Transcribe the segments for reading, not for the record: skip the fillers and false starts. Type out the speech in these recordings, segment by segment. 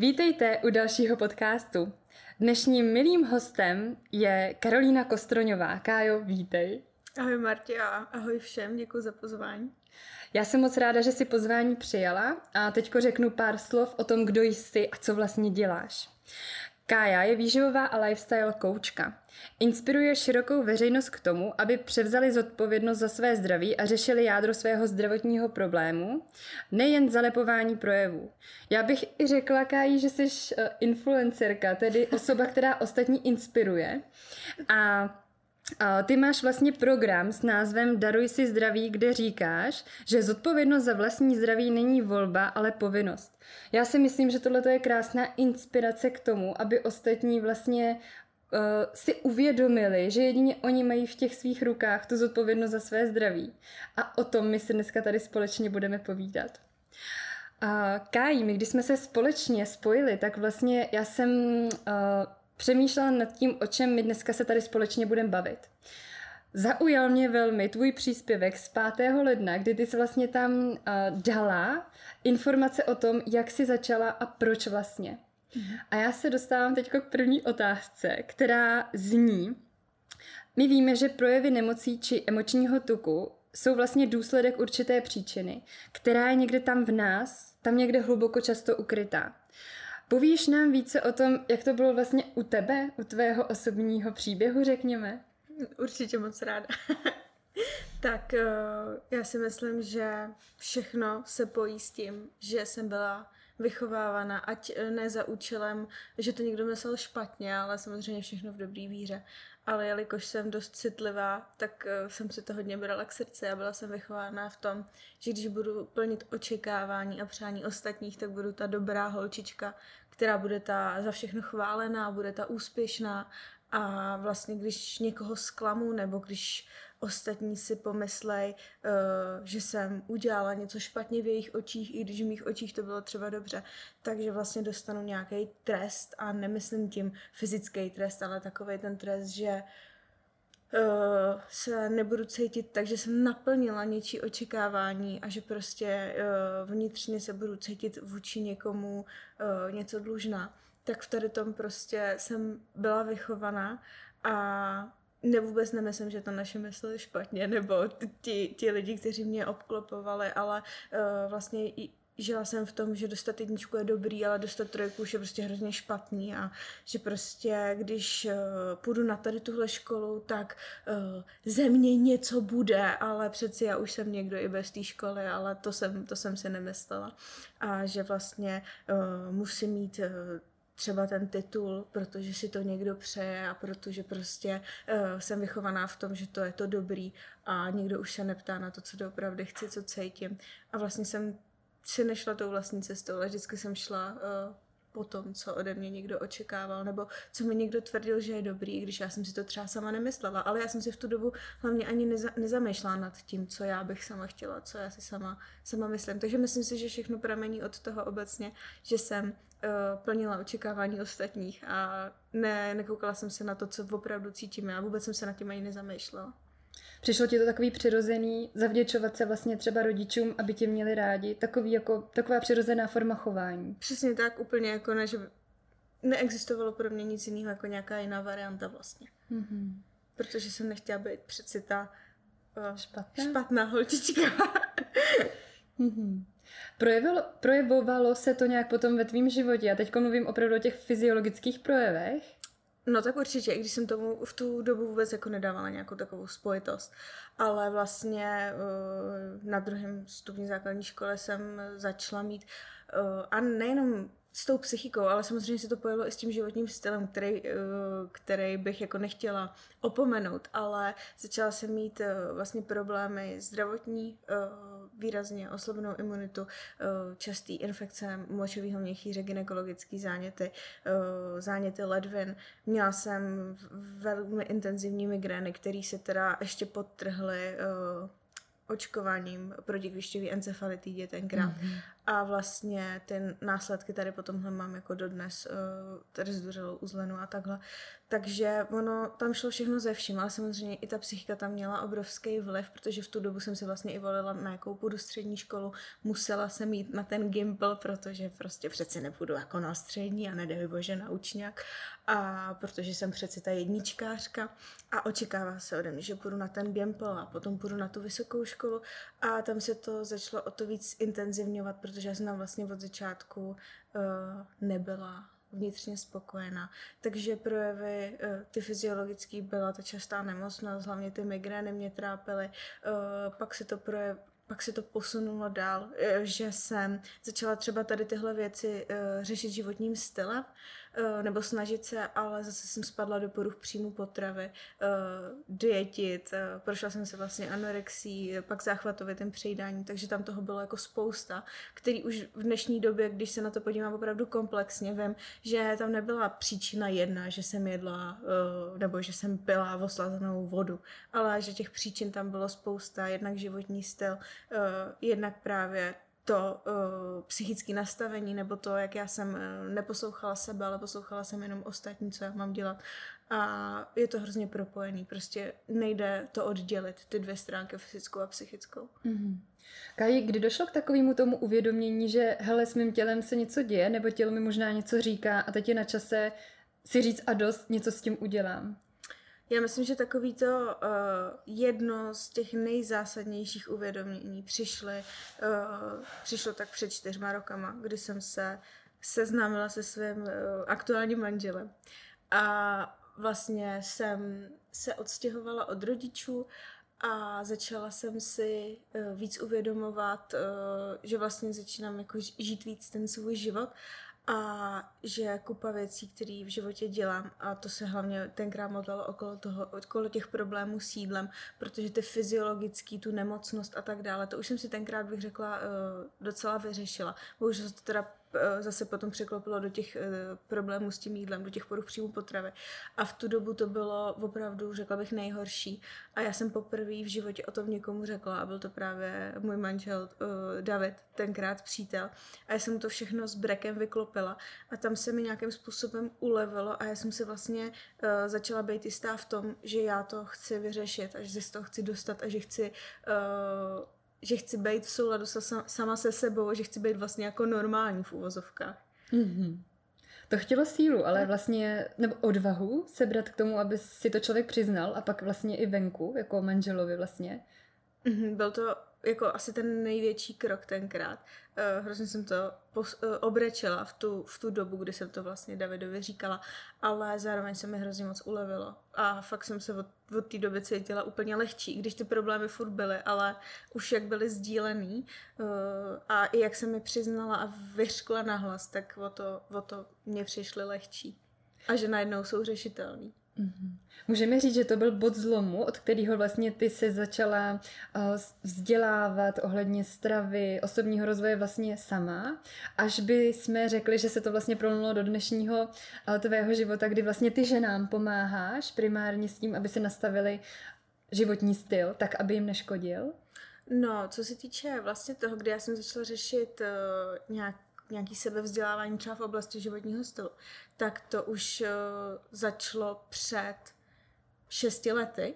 Vítejte u dalšího podcastu. Dnešním milým hostem je Karolína Kostroňová. Kájo, vítej. Ahoj Marti a ahoj všem, děkuji za pozvání. Já jsem moc ráda, že jsi pozvání přijala a teďko řeknu pár slov o tom, kdo jsi a co vlastně děláš. Kája je výživová a lifestyle koučka. Inspiruje širokou veřejnost k tomu, aby převzali zodpovědnost za své zdraví a řešili jádro svého zdravotního problému, nejen zalepování projevů. Já bych i řekla, Káji, že jsi influencerka, tedy osoba, která ostatní inspiruje. A ty máš vlastně program s názvem Daruj si zdraví, kde říkáš, že zodpovědnost za vlastní zdraví není volba, ale povinnost. Já si myslím, že tohle je krásná inspirace k tomu, aby ostatní vlastně si uvědomili, že jedině oni mají v těch svých rukách tu zodpovědnost za své zdraví. A o tom my si dneska tady společně budeme povídat. Káji, my když jsme se společně spojili, tak vlastně já jsem přemýšlela nad tím, o čem my dneska se tady společně budeme bavit. Zaujal mě velmi tvůj příspěvek z 5. ledna, kdy ty jsi vlastně tam dala informace o tom, jak jsi začala a proč vlastně. A já se dostávám teď k první otázce, která zní: my víme, že projevy nemocí či emočního tuku jsou vlastně důsledek určité příčiny, která je někde tam v nás, tam někde hluboko často ukrytá. Povíš nám více o tom, jak to bylo vlastně u tebe, u tvého osobního příběhu, řekněme? Určitě moc ráda. Tak já si myslím, že všechno se pojí s tím, že jsem byla vychovávána, ať ne za účelem, že to někdo myslel špatně, ale samozřejmě všechno v dobrý víře. Ale jelikož jsem dost citlivá, tak jsem si to hodně brala k srdci a byla jsem vychována v tom, že když budu plnit očekávání a přání ostatních, tak budu ta dobrá holčička, která bude ta za všechno chválená, bude ta úspěšná. A vlastně když někoho zklamu, nebo když ostatní si pomyslej, že jsem udělala něco špatně v jejich očích, i když v mých očích to bylo třeba dobře, takže vlastně dostanu nějaký trest, a nemyslím tím fyzický trest, ale takovej ten trest, že se nebudu cítit tak, že jsem naplnila něčí očekávání a že prostě vnitřně se budu cítit vůči někomu něco dlužná. Tak v tady tom prostě jsem byla vychovaná a vůbec nemyslím, že to naše mysleli špatně, nebo ti lidi, kteří mě obklopovali, ale vlastně žila jsem v tom, že dostat jedničku je dobrý, ale dostat trojku už je prostě hrozně špatný, a že prostě když půjdu na tady tuhle školu, tak ze mě něco bude, ale přeci já už jsem někdo i bez té školy, ale to jsem si nemyslela. A že vlastně musím mít třeba ten titul, protože si to někdo přeje a protože prostě jsem vychovaná v tom, že to je to dobrý a nikdo už se neptá na to, co doopravdy chci, co cítím. A vlastně jsem si nešla tou vlastní cestou, ale vždycky jsem šla po tom, co ode mě někdo očekával, nebo co mi někdo tvrdil, že je dobrý, i když já jsem si to třeba sama nemyslela. Ale já jsem si v tu dobu hlavně ani nezamýšlela nad tím, co já bych sama chtěla, co já si sama myslím. Takže myslím si, že všechno pramení od toho obecně, že jsem plnila očekávání ostatních a nekoukala jsem se na to, co opravdu cítím. Já vůbec jsem se nad tím ani nezamýšlela. Přišlo ti to takový přirozený, zavděčovat se vlastně třeba rodičům, aby tě měli rádi, taková přirozená forma chování? Přesně tak, úplně jako ne, že neexistovalo pro mě nic jiného jako nějaká jiná varianta vlastně. Mm-hmm. Protože jsem nechtěla být přeci ta špatná holčička. Mm-hmm. Projevovalo se to nějak potom ve tvým životě? Já teď mluvím opravdu o těch fyziologických projevech. No tak určitě, i když jsem tomu v tu dobu vůbec jako nedávala nějakou takovou spojitost. Ale vlastně na 2. stupni základní školy jsem začala mít a nejenom s tou psychikou, ale samozřejmě se to pojelo i s tím životním stylem, který bych jako nechtěla opomenout, ale začala jsem mít vlastně problémy zdravotní, výrazně oslabenou imunitu, častý infekce močového měchýře, gynekologický záněty ledvin. Měla jsem velmi intenzivní migrény, které se teda ještě podtrhly očkováním proti klíšťové encefalitidě tenkrát. Mm-hmm. A vlastně ty následky tady po tomhle mám jako dodnes, tady zduřelou uzlenu a takhle. Takže ono tam šlo všechno ze vším, ale samozřejmě i ta psychika tam měla obrovský vliv, protože v tu dobu jsem si vlastně i volila, na jakou půjdu střední školu. Musela jsem jít na ten Gimpl, protože prostě přeci nepůjdu jako na střední a nedej bože na učňák. A protože jsem přeci ta jedničkářka a očekává se ode mě, že půjdu na ten Gimpl a potom půjdu na tu vysokou školu. A tam se to začalo o to víc intenzivňovat, protože já jsem tam vlastně od začátku nebyla vnitřně spokojená. Takže projevy ty fyziologické byla ta častá nemocnost, hlavně ty migrény mě trápily, pak se to posunulo dál, že jsem začala třeba tady tyhle věci řešit životním stylem, nebo snažit se, ale zase jsem spadla do poruch příjmu potravy, dietit, prošla jsem se vlastně anorexí, pak záchvatovitým přejídáním, takže tam toho bylo jako spousta, který už v dnešní době, když se na to podívám opravdu komplexně, vím, že tam nebyla příčina jedna, že jsem jedla nebo že jsem pila oslazenou vodu, ale že těch příčin tam bylo spousta, jednak životní styl, jednak právě to psychické nastavení, nebo to, jak já jsem neposlouchala sebe, ale poslouchala jsem jenom ostatní, co já mám dělat. A je to hrozně propojený, prostě nejde to oddělit, ty dvě stránky, fyzickou a psychickou. Mm-hmm. Kaji, kdy došlo k takovému tomu uvědomění, že hele, s mým tělem se něco děje, nebo tělo mi možná něco říká a teď je na čase si říct a dost, něco s tím udělám? Já myslím, že takový to jedno z těch nejzásadnějších uvědomění přišlo tak před 4 rokama, kdy jsem se seznámila se svým aktuálním manželem. A vlastně jsem se odstěhovala od rodičů a začala jsem si víc uvědomovat, že vlastně začínám jako žít víc ten svůj život. A že kupa věcí, které v životě dělám, a to se hlavně tenkrát motalo okolo těch problémů s jídlem, protože ty fyziologický, tu nemocnost a tak dále, to už jsem si tenkrát, bych řekla, docela vyřešila. Bohužel se to teda zase potom překlopilo do těch problémů s tím jídlem, do těch poruch příjmu potravy. A v tu dobu to bylo opravdu, řekla bych, nejhorší. A já jsem poprvé v životě o tom někomu řekla a byl to právě můj manžel David, tenkrát přítel. A já jsem to všechno s brekem vyklopila a tam se mi nějakým způsobem ulevilo a já jsem si vlastně začala být jistá v tom, že já to chci vyřešit a že se z toho chci dostat a že chci být v souladu sama se sebou, že chci být vlastně jako normální v uvozovkách. Mm-hmm. To chtělo sílu, ale vlastně, nebo odvahu sebrat k tomu, aby si to člověk přiznal a pak vlastně i venku, jako manželovi vlastně. Mm-hmm, byl to jako asi ten největší krok tenkrát. Hrozně jsem to obrečela v tu dobu, kdy jsem to vlastně Davidovi říkala, ale zároveň se mi hrozně moc ulevilo. A fakt jsem se od té doby cítila úplně lehčí, když ty problémy furt byly, ale už jak byly sdílený a i jak jsem mi přiznala a vyřkla nahlas, tak o to mě přišly lehčí. A že najednou jsou řešitelný. Mm-hmm. Můžeme říct, že to byl bod zlomu, od kterého vlastně ty se začala vzdělávat ohledně stravy, osobního rozvoje vlastně sama, až by jsme řekli, že se to vlastně prolnulo do dnešního tvého života, kdy vlastně ty ženám pomáháš primárně s tím, aby se nastavili životní styl, tak aby jim neškodil? No, co se týče vlastně toho, kdy já jsem začala řešit nějaký sebevzdělávání třeba v oblasti životního stylu, tak to už začalo před 6 lety,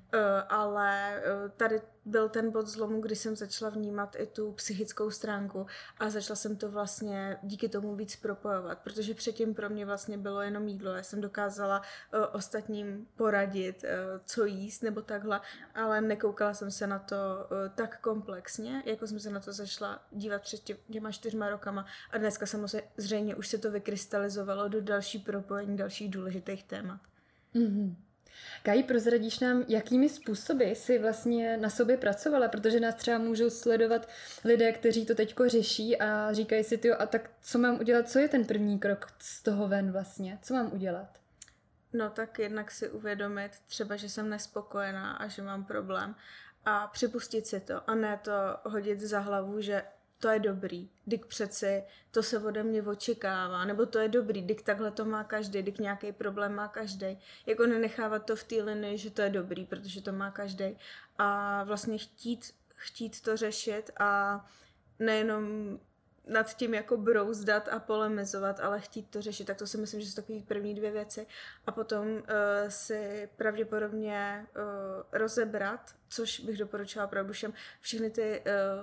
ale tady byl ten bod zlomu, kdy jsem začala vnímat i tu psychickou stránku a začala jsem to vlastně díky tomu víc propojovat, protože předtím pro mě vlastně bylo jenom jídlo. Já jsem dokázala ostatním poradit, co jíst nebo takhle, ale nekoukala jsem se na to tak komplexně, jako jsem se na to začala dívat před těma 4 rokama a dneska samozřejmě už se to vykrystalizovalo do další propojení dalších důležitých témat. Mm-hmm. Kaji, prozradíš nám, jakými způsoby jsi vlastně na sobě pracovala, protože nás třeba můžou sledovat lidé, kteří to teďko řeší a říkají si, tyjo, a tak co mám udělat, co je ten první krok z toho ven vlastně, co mám udělat? No tak jednak si uvědomit třeba, že jsem nespokojená a že mám problém a připustit si to a ne to hodit za hlavu, že to je dobrý, dyk přeci to se ode mě očekává, nebo to je dobrý, dyk takhle to má každý, dyk nějaký problém má každý. Jako nenechávat to v té linii, že to je dobrý, protože to má každý. A vlastně chtít to řešit a nad tím jako brouzdat a polemizovat, ale chtít to řešit, tak to si myslím, že jsou takové první dvě věci. A potom si pravděpodobně rozebrat, což bych doporučila opravdu všem, všechny ty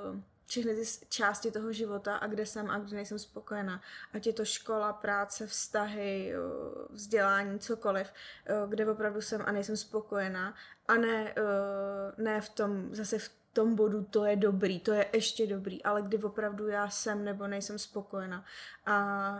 části toho života a kde jsem a kde nejsem spokojená. Ať je to škola, práce, vztahy, vzdělání, cokoliv, kde opravdu jsem a nejsem spokojená. A ne v tom, zase v tom bodu to je dobrý, to je ještě dobrý, ale kdy opravdu já jsem nebo nejsem spokojená. A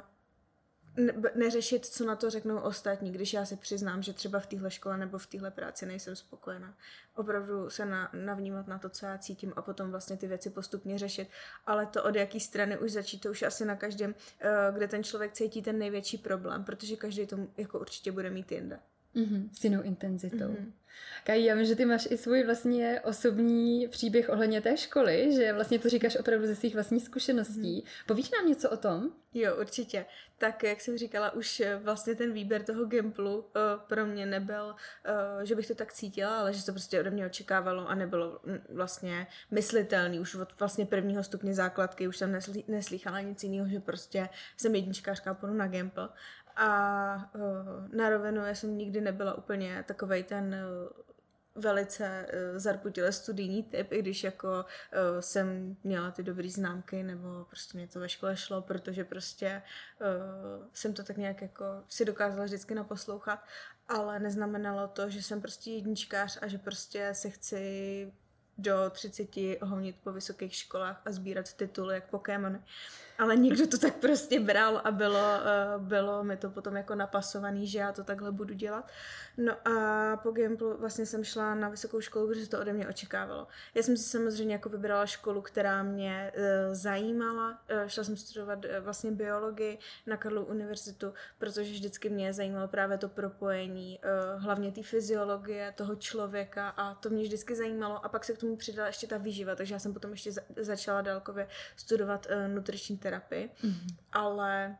neřešit, co na to řeknou ostatní, když já si přiznám, že třeba v téhle škole nebo v téhle práci nejsem spokojená. Opravdu se navnímat na to, co já cítím a potom vlastně ty věci postupně řešit. Ale to od jaký strany už začít, to už asi na každém, kde ten člověk cítí ten největší problém, protože každý to jako určitě bude mít jinde. S jinou intenzitou. Kaji, já vím, že ty máš i svůj vlastně osobní příběh ohledně té školy, že vlastně to říkáš opravdu ze svých vlastních zkušeností. Povíš nám něco o tom? Jo, určitě. Tak, jak jsem říkala, už vlastně ten výběr toho Gimplu pro mě nebyl, že bych to tak cítila, ale že to prostě ode mě očekávalo a nebylo vlastně myslitelný. Už od vlastně prvního stupně základky už jsem neslýchala nic jiného, že prostě jsem jedničkářka a půjdu na Gimpl. A na rovinu já jsem nikdy nebyla úplně takovej ten velice zarputilé studijní typ, i když jako jsem měla ty dobrý známky, nebo prostě mě to ve škole šlo, protože prostě jsem to tak nějak jako si dokázala vždycky naposlouchat, ale neznamenalo to, že jsem prostě jedničkář a že prostě se chci do 30 honit po vysokých školách a sbírat tituly jak Pokémony. Ale někdo to tak prostě bral a bylo mi to potom jako napasovaný, že já to takhle budu dělat. No a po Gimplu vlastně jsem šla na vysokou školu, protože to ode mě očekávalo. Já jsem si samozřejmě jako vybrala školu, která mě zajímala. Šla jsem studovat vlastně biologii na Karlovu univerzitu, protože vždycky mě zajímalo právě to propojení, hlavně té fyziologie toho člověka a to mě vždycky zajímalo. A pak se k tomu přidala ještě ta výživa, takže já jsem potom ještě začala dálkově studovat nutriční terapii, ale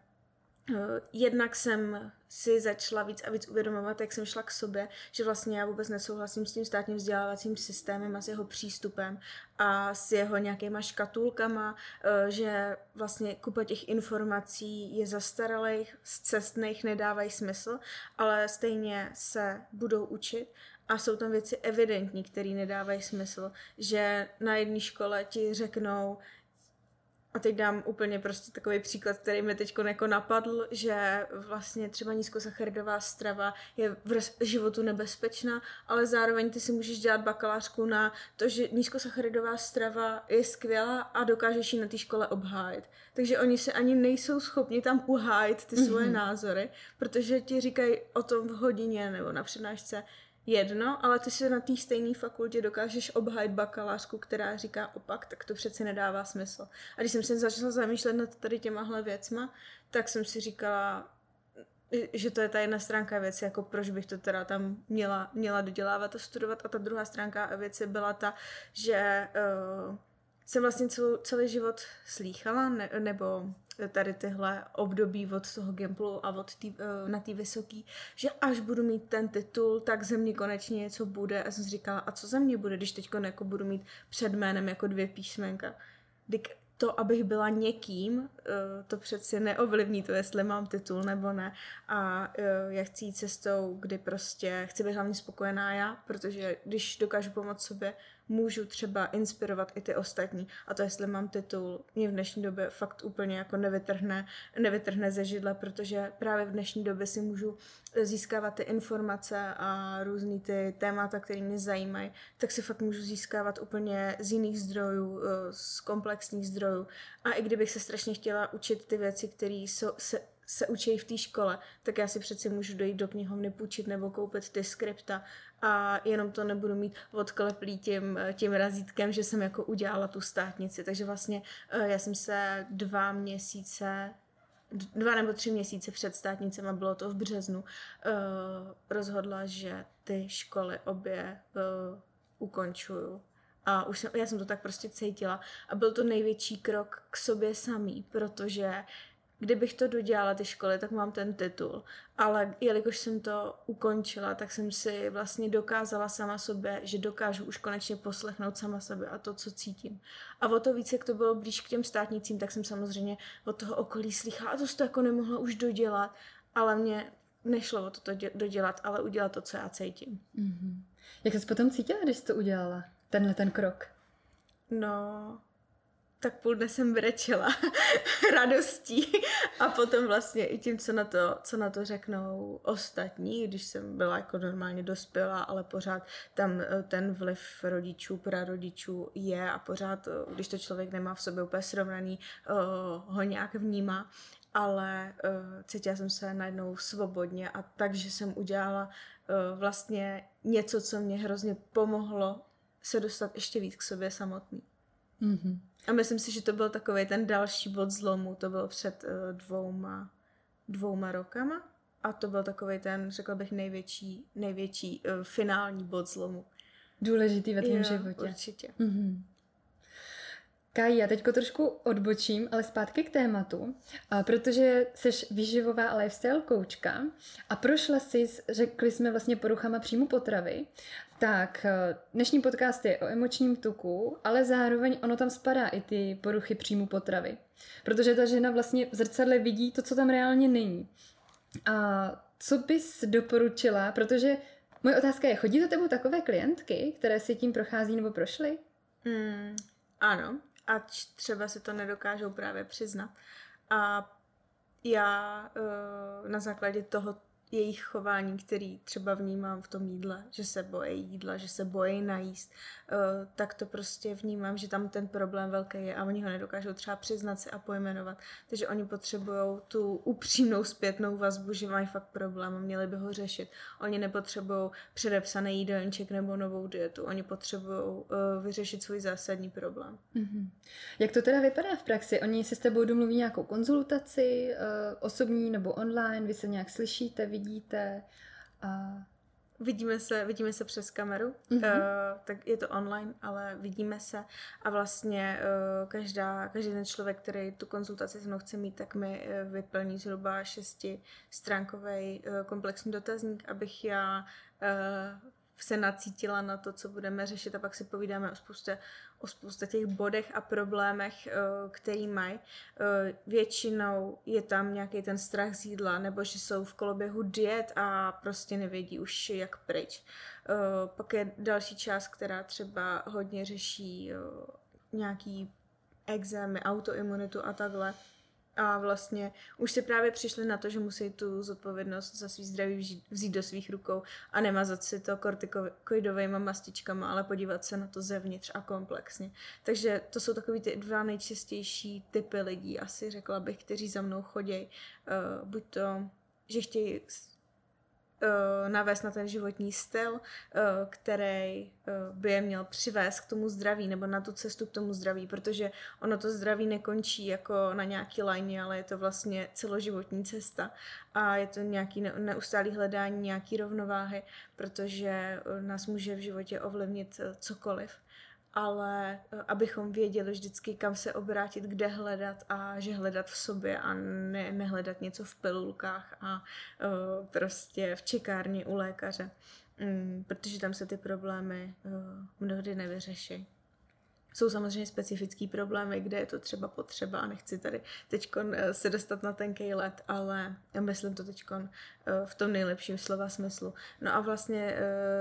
jednak jsem si začala víc a víc uvědomovat, jak jsem šla k sobě, že vlastně já vůbec nesouhlasím s tím státním vzdělávacím systémem a s jeho přístupem a s jeho nějakýma škatulkama, že vlastně kupa těch informací je zastaralých, zcestných, nedávají smysl, ale stejně se budou učit. A jsou tam věci evidentní, které nedávají smysl, že na jedné škole ti řeknou, a teď dám úplně prostě takový příklad, který mi teď jako napadl, že vlastně třeba nízkosacharidová strava je v životu nebezpečná, ale zároveň ty si můžeš dělat bakalářku na to, že nízkosacharidová strava je skvělá a dokážeš ji na té škole obhájit. Takže oni se ani nejsou schopni tam uhájit ty svoje názory, protože ti říkají o tom v hodině nebo na přednášce jedno, ale ty si na té stejné fakultě dokážeš obhájit bakalářku, která říká opak, tak to přece nedává smysl. A když jsem se začala zamýšlet nad tady těmahle věcma, tak jsem si říkala, že to je ta jedna stránka věci, jako proč bych to teda tam měla dodělávat a studovat. A ta druhá stránka věci byla ta, že jsem vlastně celý život slýchala, nebo tady tyhle období od toho Gimplu a na té vysoký, že až budu mít ten titul, tak ze mě konečně něco bude. A jsem si říkala, a co ze mě bude, když teď jako budu mít před jménem jako 2 písmenka. To, abych byla někým, to přeci neovlivní to, jestli mám titul nebo ne. A já chci jít cestou, kdy prostě chci být hlavně spokojená já, protože když dokážu pomoct sobě, můžu třeba inspirovat i ty ostatní. A to, jestli mám titul, mě v dnešní době fakt úplně jako nevytrhne ze židle, protože právě v dnešní době si můžu získávat ty informace a různý ty témata, které mě zajímají, tak si fakt můžu získávat úplně z jiných zdrojů, z komplexních zdrojů. A i kdybych se strašně chtěla učit ty věci, které se učí v té škole, tak já si přeci můžu dojít do knihovny, půjčit nebo koupit ty skripta a jenom to nebudu mít odkleplý tím razítkem, že jsem jako udělala tu státnici. Takže vlastně já jsem se 2 nebo 3 měsíce před státnicem, a bylo to v březnu, rozhodla, že ty školy obě ukončuju. A já jsem to tak prostě cítila. A byl to největší krok k sobě samý, protože kdybych to dodělala ty školy, tak mám ten titul. Ale jelikož jsem to ukončila, tak jsem si vlastně dokázala sama sobě, že dokážu už konečně poslechnout sama sebe a to, co cítím. A o to víc, jak to bylo blíž k těm státnicím, tak jsem samozřejmě od toho okolí slychala, a to jsi to jako nemohla už dodělat, ale mě nešlo o to dodělat, ale udělat to, co já cítím. Mm-hmm. Jak jsi potom cítila, když jsi to udělala? Ten krok? No, tak půl dne jsem brečela radostí a potom vlastně i tím, co na to řeknou ostatní, když jsem byla jako normálně dospělá, ale pořád tam ten vliv rodičů, prarodičů je a pořád, když to člověk nemá v sobě úplně srovnaný, ho nějak vnímá. Ale cítila jsem se najednou svobodně a takže jsem udělala vlastně něco, co mě hrozně pomohlo se dostat ještě víc k sobě samotný. Mm-hmm. A myslím si, že to byl takový ten další bod zlomu, to bylo před dvouma rokama a to byl takový ten, řekla bych, největší finální bod zlomu. Důležitý ve tvém životě. Určitě. Mm-hmm. Káji, já teďko trošku odbočím, ale zpátky k tématu, protože jsi výživová a lifestyle koučka a prošla jsi, řekli jsme vlastně poruchama příjmu potravy, tak dnešní podcast je o emočním tuku, ale zároveň ono tam spadá i ty poruchy příjmu potravy, protože ta žena vlastně v zrcadle vidí to, co tam reálně není. A co bys doporučila, protože moje otázka je, chodí za tebou takové klientky, které si tím prochází nebo prošly? Ano. Ať třeba si to nedokážou právě přiznat. A já na základě toho jejich chování, který třeba vnímám v tom jídle, že se bojí jídla, že se bojí najíst, tak to prostě vnímám, že tam ten problém velký je a oni ho nedokážou třeba přiznat si a pojmenovat. Takže oni potřebují tu upřímnou zpětnou vazbu, že mají fakt problém a měli by ho řešit. Oni nepotřebují předepsaný jídelníček nebo novou dietu. Oni potřebují vyřešit svůj zásadní problém. Mm-hmm. Jak to teda vypadá v praxi? Oni si s tebou domluví nějakou konzultaci, osobní nebo online, vy se nějak slyšíte, vidíte a... Vidíme se přes kameru, tak je to online, ale vidíme se a vlastně každý ten člověk, který tu konzultaci se mnou chce mít, tak mi vyplní zhruba 6stránkový komplexní dotazník, abych já se nacítila na to, co budeme řešit a pak si povídáme o spoustě těch bodech a problémech, který mají. Většinou je tam nějaký ten strach z jídla, nebo že jsou v koloběhu diet a prostě nevědí už jak pryč. Pak je další část, která třeba hodně řeší nějaký exémy, autoimunitu a takhle. A vlastně už si právě přišli na to, že musí tu zodpovědnost za svý zdraví vzít do svých rukou a nemazat si to kortikoidovými mastičkama, ale podívat se na to zevnitř a komplexně. Takže to jsou takový ty 2 nejčastější typy lidí, asi řekla bych, kteří za mnou chodí. Buď to, že chtějí navést na ten životní styl, který by je měl přivést k tomu zdraví nebo na tu cestu k tomu zdraví, protože ono to zdraví nekončí jako na nějaký lajně, ale je to vlastně celoživotní cesta a je to nějaký neustálý hledání nějaký rovnováhy, protože nás může v životě ovlivnit cokoliv. Ale abychom věděli vždycky, kam se obrátit, kde hledat a že hledat v sobě a nehledat něco v pilulkách a prostě v čekárně u lékaře, protože tam se ty problémy mnohdy nevyřeší. Jsou samozřejmě specifický problémy, kde je to třeba potřeba a nechci tady teďkon se dostat na tenkej led, ale myslím to teďkon v tom nejlepším slova smyslu. No a vlastně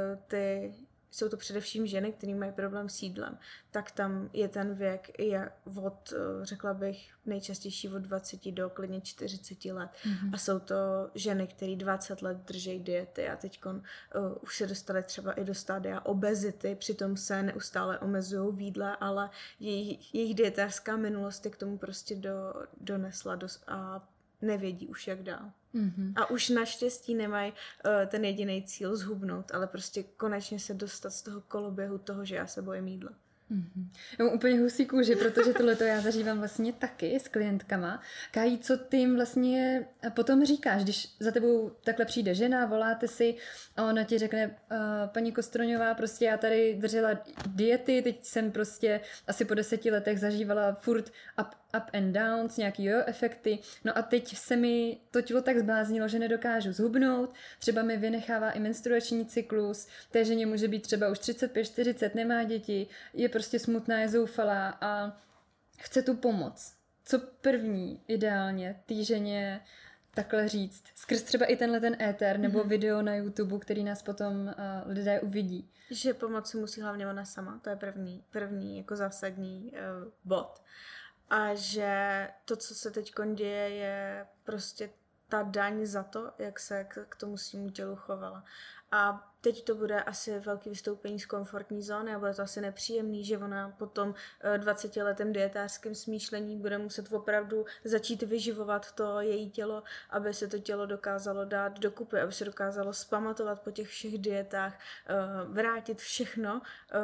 jsou to především ženy, které mají problém s jídlem, tak tam je ten věk od, řekla bych, nejčastější od 20 do klidně 40 let. Mm-hmm. A jsou to ženy, které 20 let drží diety a teď už se dostaly třeba i do stádia obezity, přitom se neustále omezují v jídle, ale jejich dietářská minulost je k tomu prostě donesla a nevědí už jak dál. Mm-hmm. A už naštěstí nemají ten jediný cíl zhubnout, ale prostě konečně se dostat z toho koloběhu toho, že já se bojím jídla. Mm-hmm. Já mám úplně husí kůži, protože tohleto já zažívám vlastně taky s klientkama. Káji, co ty jim vlastně potom říkáš, když za tebou takhle přijde žena, voláte si a ona ti řekne, paní Kostroňová, prostě já tady držela diety, teď jsem prostě asi po 10 letech zažívala furt up and downs, nějaký jo efekty. No a teď se mi to tělo tak zbláznilo, že nedokážu zhubnout, třeba mi vynechává i menstruační cyklus, té ženě může být třeba už 35-40, nemá děti, je prostě smutná, je zoufalá a chce tu pomoc. Co první ideálně té ženě takhle říct? Skrz třeba i tenhle ten éter nebo video na YouTube, který nás potom lidé uvidí. Že pomoci musí hlavně ona sama, to je první jako zásadní bod. A že to, co se teď děje, je prostě ta daň za to, jak se k tomu svému tělu chovala. A teď to bude asi velký vystoupení z komfortní zóny a bude to asi nepříjemný, že ona po tom 20letém dietářském smýšlení bude muset opravdu začít vyživovat to její tělo, aby se to tělo dokázalo dát dokupy, aby se dokázalo zpamatovat po těch všech dietách, vrátit všechno,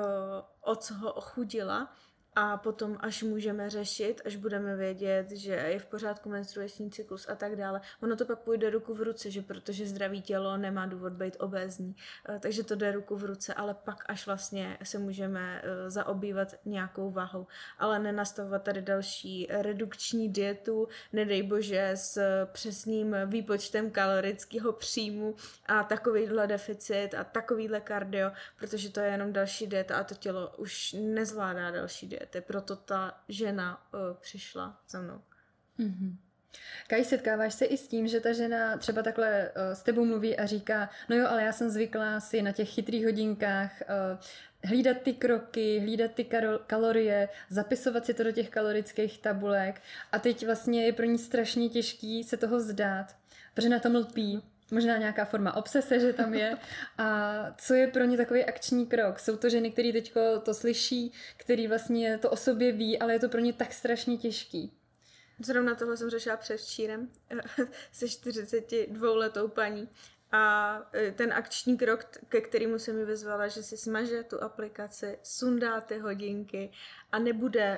o co ho ochudila. A potom, až můžeme řešit, až budeme vědět, že je v pořádku menstruační cyklus a tak dále, ono to pak půjde ruku v ruce, že protože zdravý tělo nemá důvod být obézní. Takže to jde ruku v ruce, ale pak až vlastně se můžeme zaobývat nějakou váhou. Ale nenastavovat tady další redukční dietu, nedej bože, s přesným výpočtem kalorického příjmu a takovýhle deficit a takovýhle kardio, protože to je jenom další dieta a to tělo už nezvládá další diety. Proto ta žena přišla za mnou. Mm-hmm. Kaj, setkáváš se i s tím, že ta žena třeba takhle s tebou mluví a říká, no jo, ale já jsem zvyklá si na těch chytrých hodinkách hlídat ty kroky, hlídat ty kalorie, zapisovat si to do těch kalorických tabulek a teď vlastně je pro ní strašně těžký se toho vzdát, protože na tom lpí. Možná nějaká forma obsese, že tam je. A co je pro ně takový akční krok? Jsou to ženy, které teďko to slyší, který vlastně to o sobě ví, ale je to pro ně tak strašně těžký. Zrovna tohle jsem řešila předevčírem se 42letou paní. A ten akční krok, ke kterému se mi vyzvala, že si smaže tu aplikaci, sundá ty hodinky a nebude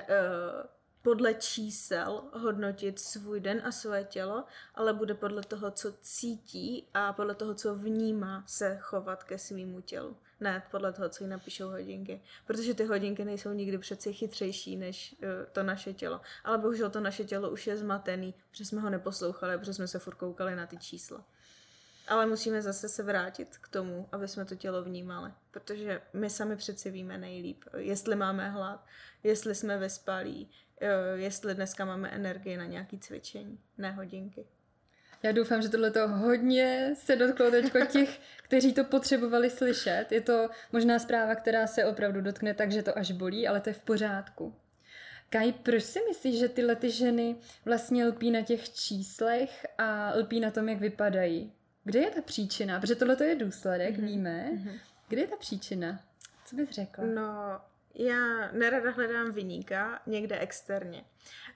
podle čísel hodnotit svůj den a své tělo, ale bude podle toho, co cítí a podle toho, co vnímá, se chovat ke svýmu tělu. Ne podle toho, co jí napíšou hodinky. Protože ty hodinky nejsou nikdy přeci chytřejší než to naše tělo. Ale bohužel to naše tělo už je zmatený, protože jsme ho neposlouchali, protože jsme se furt koukali na ty čísla. Ale musíme zase se vrátit k tomu, aby jsme to tělo vnímali. Protože my sami přeci víme nejlíp, jestli máme hlad, jestli jsme vyspalí, jestli dneska máme energii na nějaké cvičení, ne hodinky. Já doufám, že tohleto hodně se dotklo teďko těch, kteří to potřebovali slyšet. Je to možná zpráva, která se opravdu dotkne tak, že to až bolí, ale to je v pořádku. Kaj, proč si myslíš, že tyhle ty ženy vlastně lpí na těch číslech a lpí na tom, jak vypadají? Kde je ta příčina? Protože tohle je důsledek, víme. Kde je ta příčina? Co bys řekla? No, já nerada hledám viníka někde externě.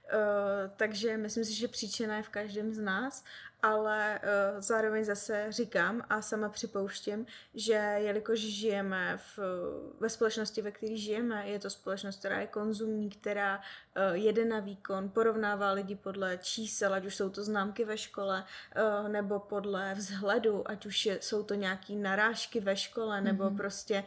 Takže myslím si, že příčina je v každém z nás, ale zároveň zase říkám a sama připouštím, že jelikož žijeme ve společnosti, ve které žijeme, je to společnost, která je konzumní, která jede na výkon, porovnává lidi podle čísel, ať už jsou to známky ve škole, nebo podle vzhledu, ať už jsou to nějaký narážky ve škole, nebo prostě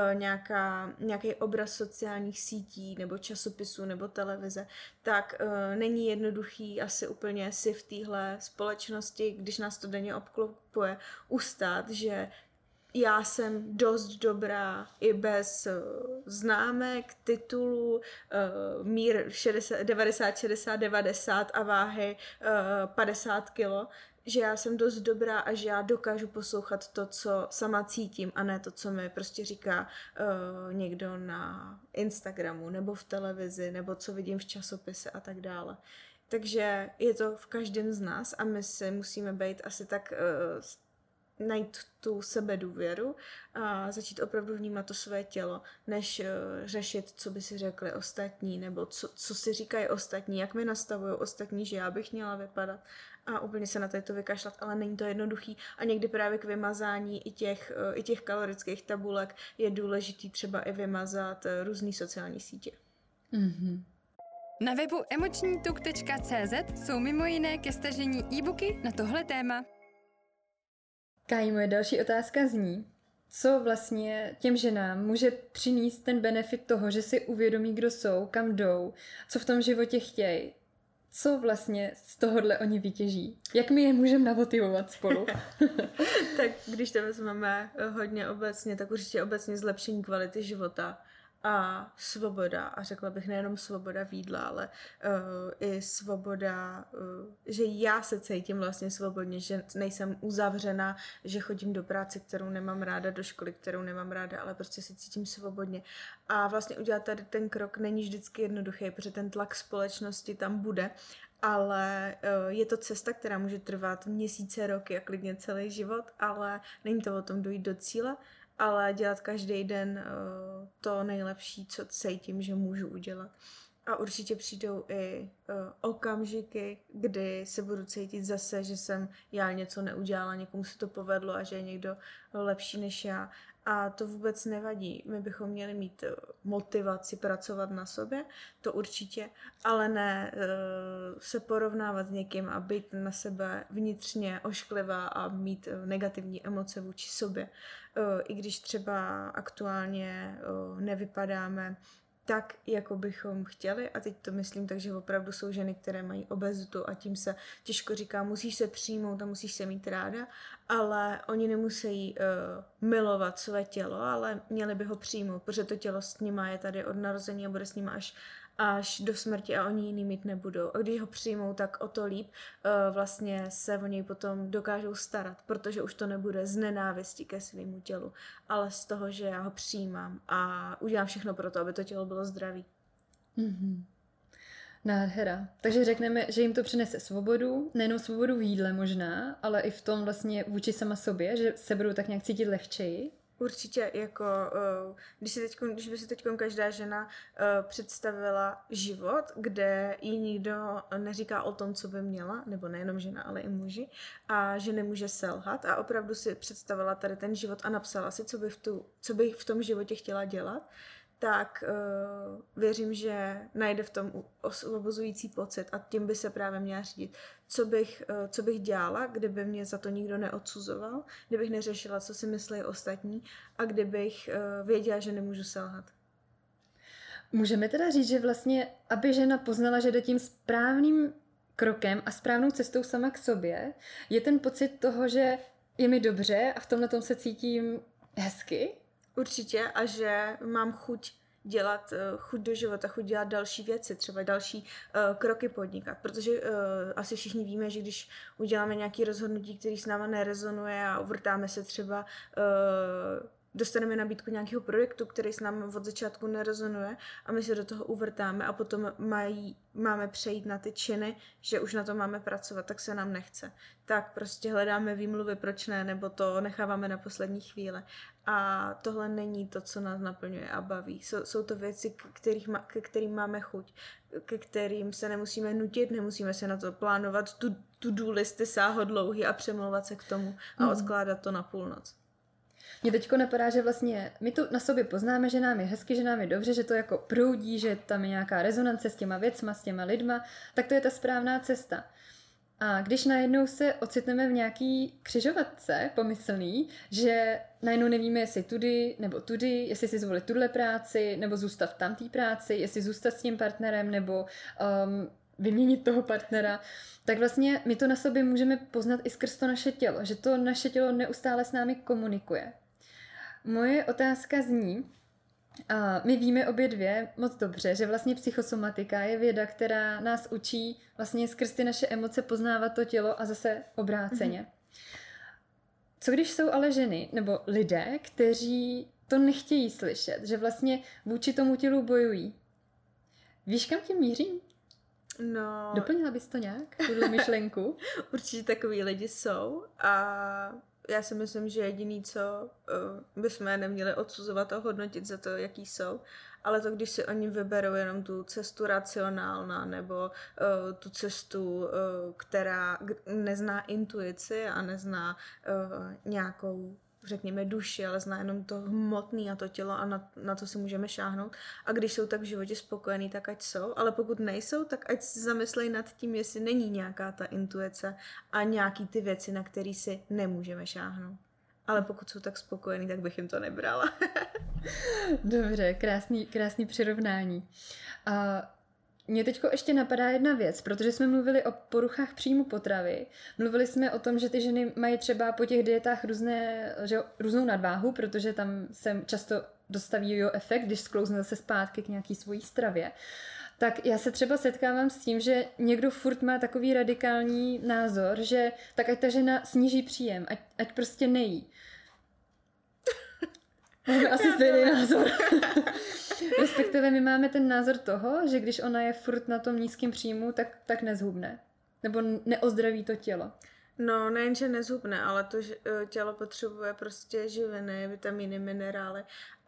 nějaký obraz sociálních sítí, nebo časopisů, nebo televize, tak není jednoduchý asi úplně si v téhle společnosti, když nás to denně obklopuje, ustát, že já jsem dost dobrá i bez známek, titulů, mír 90, 60, 90 a váhy 50 kilo, že já jsem dost dobrá a že já dokážu poslouchat to, co sama cítím a ne to, co mi prostě říká někdo na Instagramu nebo v televizi nebo co vidím v časopise a tak dále. Takže je to v každém z nás a my si musíme být asi tak najít tu sebedůvěru a začít opravdu vnímat to své tělo, než řešit, co by si řekli ostatní, nebo co si říkají ostatní, jak mi nastavují ostatní, že já bych měla vypadat a úplně se na to vykašlat, ale není to jednoduchý a někdy právě k vymazání i těch kalorických tabulek je důležitý třeba i vymazat různý sociální sítě. Mm-hmm. Na webu emočnituk.cz jsou mimo jiné ke stažení e-booky na tohle téma. Kaj, moje další otázka zní, co vlastně těm ženám může přinést ten benefit toho, že si uvědomí, kdo jsou, kam jdou, co v tom životě chtějí. co vlastně z tohohle oni vytěží? Jak my je můžeme namotivovat spolu? Tak když to vezmeme hodně obecně, tak určitě obecně zlepšení kvality života a svoboda. A řekla bych nejenom svoboda v jídle, ale i svoboda, že já se cítím vlastně svobodně, že nejsem uzavřená, že chodím do práce, kterou nemám ráda, do školy, kterou nemám ráda, ale prostě se cítím svobodně. A vlastně udělat tady ten krok není vždycky jednoduchý, protože ten tlak společnosti tam bude, ale je to cesta, která může trvat měsíce, roky a klidně celý život, ale není to o tom dojít do cíle, ale dělat každý den to nejlepší, co cítím, že můžu udělat. A určitě přijdou i okamžiky, kdy se budu cítit zase, že jsem já něco neudělala, někomu se to povedlo a že je někdo lepší než já. A to vůbec nevadí. My bychom měli mít motivaci pracovat na sobě, to určitě, ale ne se porovnávat s někým a být na sebe vnitřně ošklivá a mít negativní emoce vůči sobě. I když třeba aktuálně nevypadáme tak, jako bychom chtěli, a teď to myslím tak, že opravdu jsou ženy, které mají obezitu a tím se těžko říká, musíš se přijmout a musíš se mít ráda, ale oni nemusí milovat své tělo, ale měli by ho přijmout, protože to tělo s nima je tady od narození a bude s nima až do smrti a oni jiný mít nebudou. A když ho přijmou, tak o to líp vlastně se o něj potom dokážou starat, protože už to nebude z nenávisti ke svému tělu, ale z toho, že já ho přijímám a udělám všechno pro to, aby to tělo bylo zdravý. Mm-hmm. Nádhera. Takže řekneme, že jim to přinese svobodu, nejenom svobodu v jídle možná, ale i v tom vlastně vůči sama sobě, že se budou tak nějak cítit lehčeji. Určitě, jako když by si teď každá žena představila život, kde jí nikdo neříká o tom, co by měla, nebo nejenom žena, ale i muži, a že nemůže selhat a opravdu si představila tady ten život a napsala si, co by v tom životě chtěla dělat, tak věřím, že najde v tom osvobozující pocit a tím by se právě měla řídit. Co bych dělala, kdyby mě za to nikdo neodsuzoval, kdybych neřešila, co si myslí ostatní a kdybych věděla, že nemůžu selhat. Můžeme teda říct, že vlastně, aby žena poznala, že jde tím správným krokem a správnou cestou sama k sobě, je ten pocit toho, že je mi dobře a v tomhle tom se cítím hezky? Určitě, a že mám chuť do života, chuť dělat další věci, třeba další kroky podnikat, protože asi všichni víme, že když uděláme nějaké rozhodnutí, které s náma nerezonuje a uvrtáme se třeba dostaneme nabídku nějakého projektu, který s námi od začátku nerezonuje a my se do toho uvrtáme a potom máme přejít na ty činy, že už na to máme pracovat, tak se nám nechce. Tak prostě hledáme výmluvy, proč ne, nebo to necháváme na poslední chvíli. A tohle není to, co nás naplňuje a baví. Jsou to věci, ke kterým máme chuť, ke kterým se nemusíme nutit, nemusíme se na to plánovat, to-do listy sáhodlouhý a přemlouvat se k tomu a odkládat to na půlnoc. Mně teďko napadá, že vlastně my tu na sobě poznáme, že nám je hezky, že nám je dobře, že to jako proudí, že tam je nějaká rezonance s těma věcma, s těma lidma, tak to je ta správná cesta. A když najednou se ocitneme v nějaký křižovatce pomyslný, že najednou nevíme, jestli tudy nebo tudy, jestli si zvolit tuhle práci, nebo zůstat v tamtý práci, jestli zůstat s tím partnerem, nebo vyměnit toho partnera, tak vlastně my to na sobě můžeme poznat i skrz to naše tělo, že to naše tělo neustále s námi komunikuje. Moje otázka zní, my víme obě dvě moc dobře, že vlastně psychosomatika je věda, která nás učí vlastně skrz ty naše emoce poznávat to tělo a zase obráceně. Co když jsou ale ženy nebo lidé, kteří to nechtějí slyšet, že vlastně vůči tomu tělu bojují? Víš, kam tím mířím? No, doplnila bys to nějak, tuhle myšlenku? Určitě takový lidi jsou a já si myslím, že jediný, co bychom neměli odsuzovat a hodnotit za to, jaký jsou, ale to, když si oni vyberou jenom tu cestu racionálna nebo tu cestu, která nezná intuici a nezná nějakou, řekněme, duši, ale zná jenom to hmotný a to tělo a na to si můžeme šáhnout. A když jsou tak v životě spokojení, tak ať jsou, ale pokud nejsou, tak ať si zamyslejí nad tím, jestli není nějaká ta intuice a nějaký ty věci, na které si nemůžeme šáhnout. Ale pokud jsou tak spokojení, tak bych jim to nebrala. Dobře, krásný přirovnání. A Mě teďko ještě napadá jedna věc, protože jsme mluvili o poruchách příjmu potravy. Mluvili jsme o tom, že ty ženy mají třeba po těch dietách různou nadváhu, protože tam se často dostaví jojo efekt, když sklouzne zase zpátky k nějaký svojí stravě. Tak já se třeba setkávám s tím, že někdo furt má takový radikální názor, že tak ať ta žena sníží příjem, ať prostě nejí. Máme asi stejný názor. Respektive my máme ten názor toho, že když ona je furt na tom nízkém příjmu, tak nezhubne. Nebo neozdraví to tělo. No, nejenže nezhubne, ale to tělo potřebuje prostě živiny, vitamíny, minerály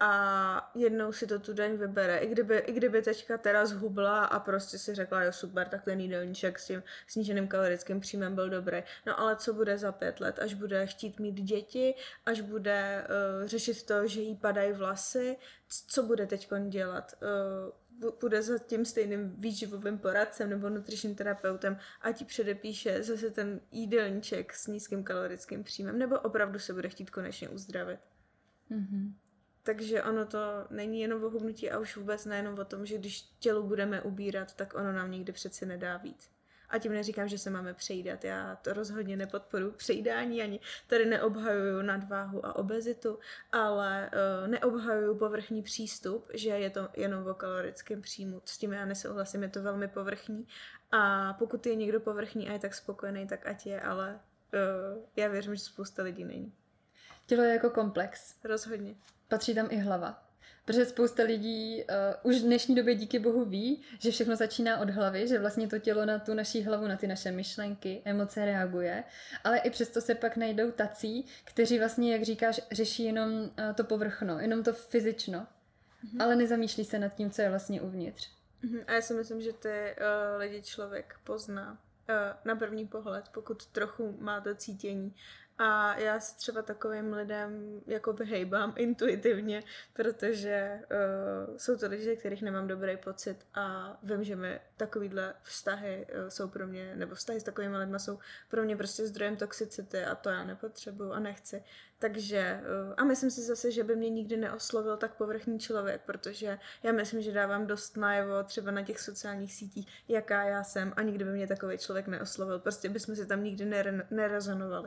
a jednou si to tu daň vybere. I kdyby teďka teda zhubla a prostě si řekla, jo super, tak ten jídelníček s tím sníženým kalorickým příjmem byl dobrý. No ale co bude za 5 let, až bude chtít mít děti, až bude řešit to, že jí padají vlasy, co bude teďkon dělat? Půjde za tím stejným výživovým poradcem nebo nutričním terapeutem a ti předepíše zase ten jídelníček s nízkým kalorickým příjmem, nebo opravdu se bude chtít konečně uzdravit. Mm-hmm. Takže ono to není jenom o hubnutí a už vůbec nejenom o tom, že když tělu budeme ubírat, tak ono nám nikdy přeci nedá víc. A tím neříkám, že se máme přejídat. Já to rozhodně nepodporuji přejídání, ani tady neobhajuju nadváhu a obezitu, ale neobhajuju povrchní přístup, že je to jenom o kalorickém příjmu. S tím já nesouhlasím, je to velmi povrchní. A pokud je někdo povrchní a je tak spokojený, tak ať je, ale já věřím, že spousta lidí není. Tělo je jako komplex. Rozhodně. Patří tam i hlava. Protože spousta lidí už v dnešní době díky bohu ví, že všechno začíná od hlavy, že vlastně to tělo na tu naší hlavu, na ty naše myšlenky, emoce reaguje, ale i přesto se pak najdou tací, kteří vlastně, jak říkáš, řeší jenom to povrchno, jenom to fyzično, ale nezamýšlí se nad tím, co je vlastně uvnitř. A já si myslím, že ty lidi člověk pozná na první pohled, pokud trochu má to cítění. A já se třeba takovým lidem jako vyhejbám intuitivně, protože jsou to lidi, ze kterých nemám dobrý pocit a vím, že mi takovýhle vztahy jsou pro mě, nebo vztahy s takovými lidmi jsou pro mě prostě zdrojem toxicity a to já nepotřebuju a nechci. Takže, a myslím si zase, že by mě nikdy neoslovil tak povrchní člověk, protože já myslím, že dávám dost najevo třeba na těch sociálních sítích, jaká já jsem a nikdy by mě takový člověk neoslovil. Prostě bychom si tam nikdy nerezonovali.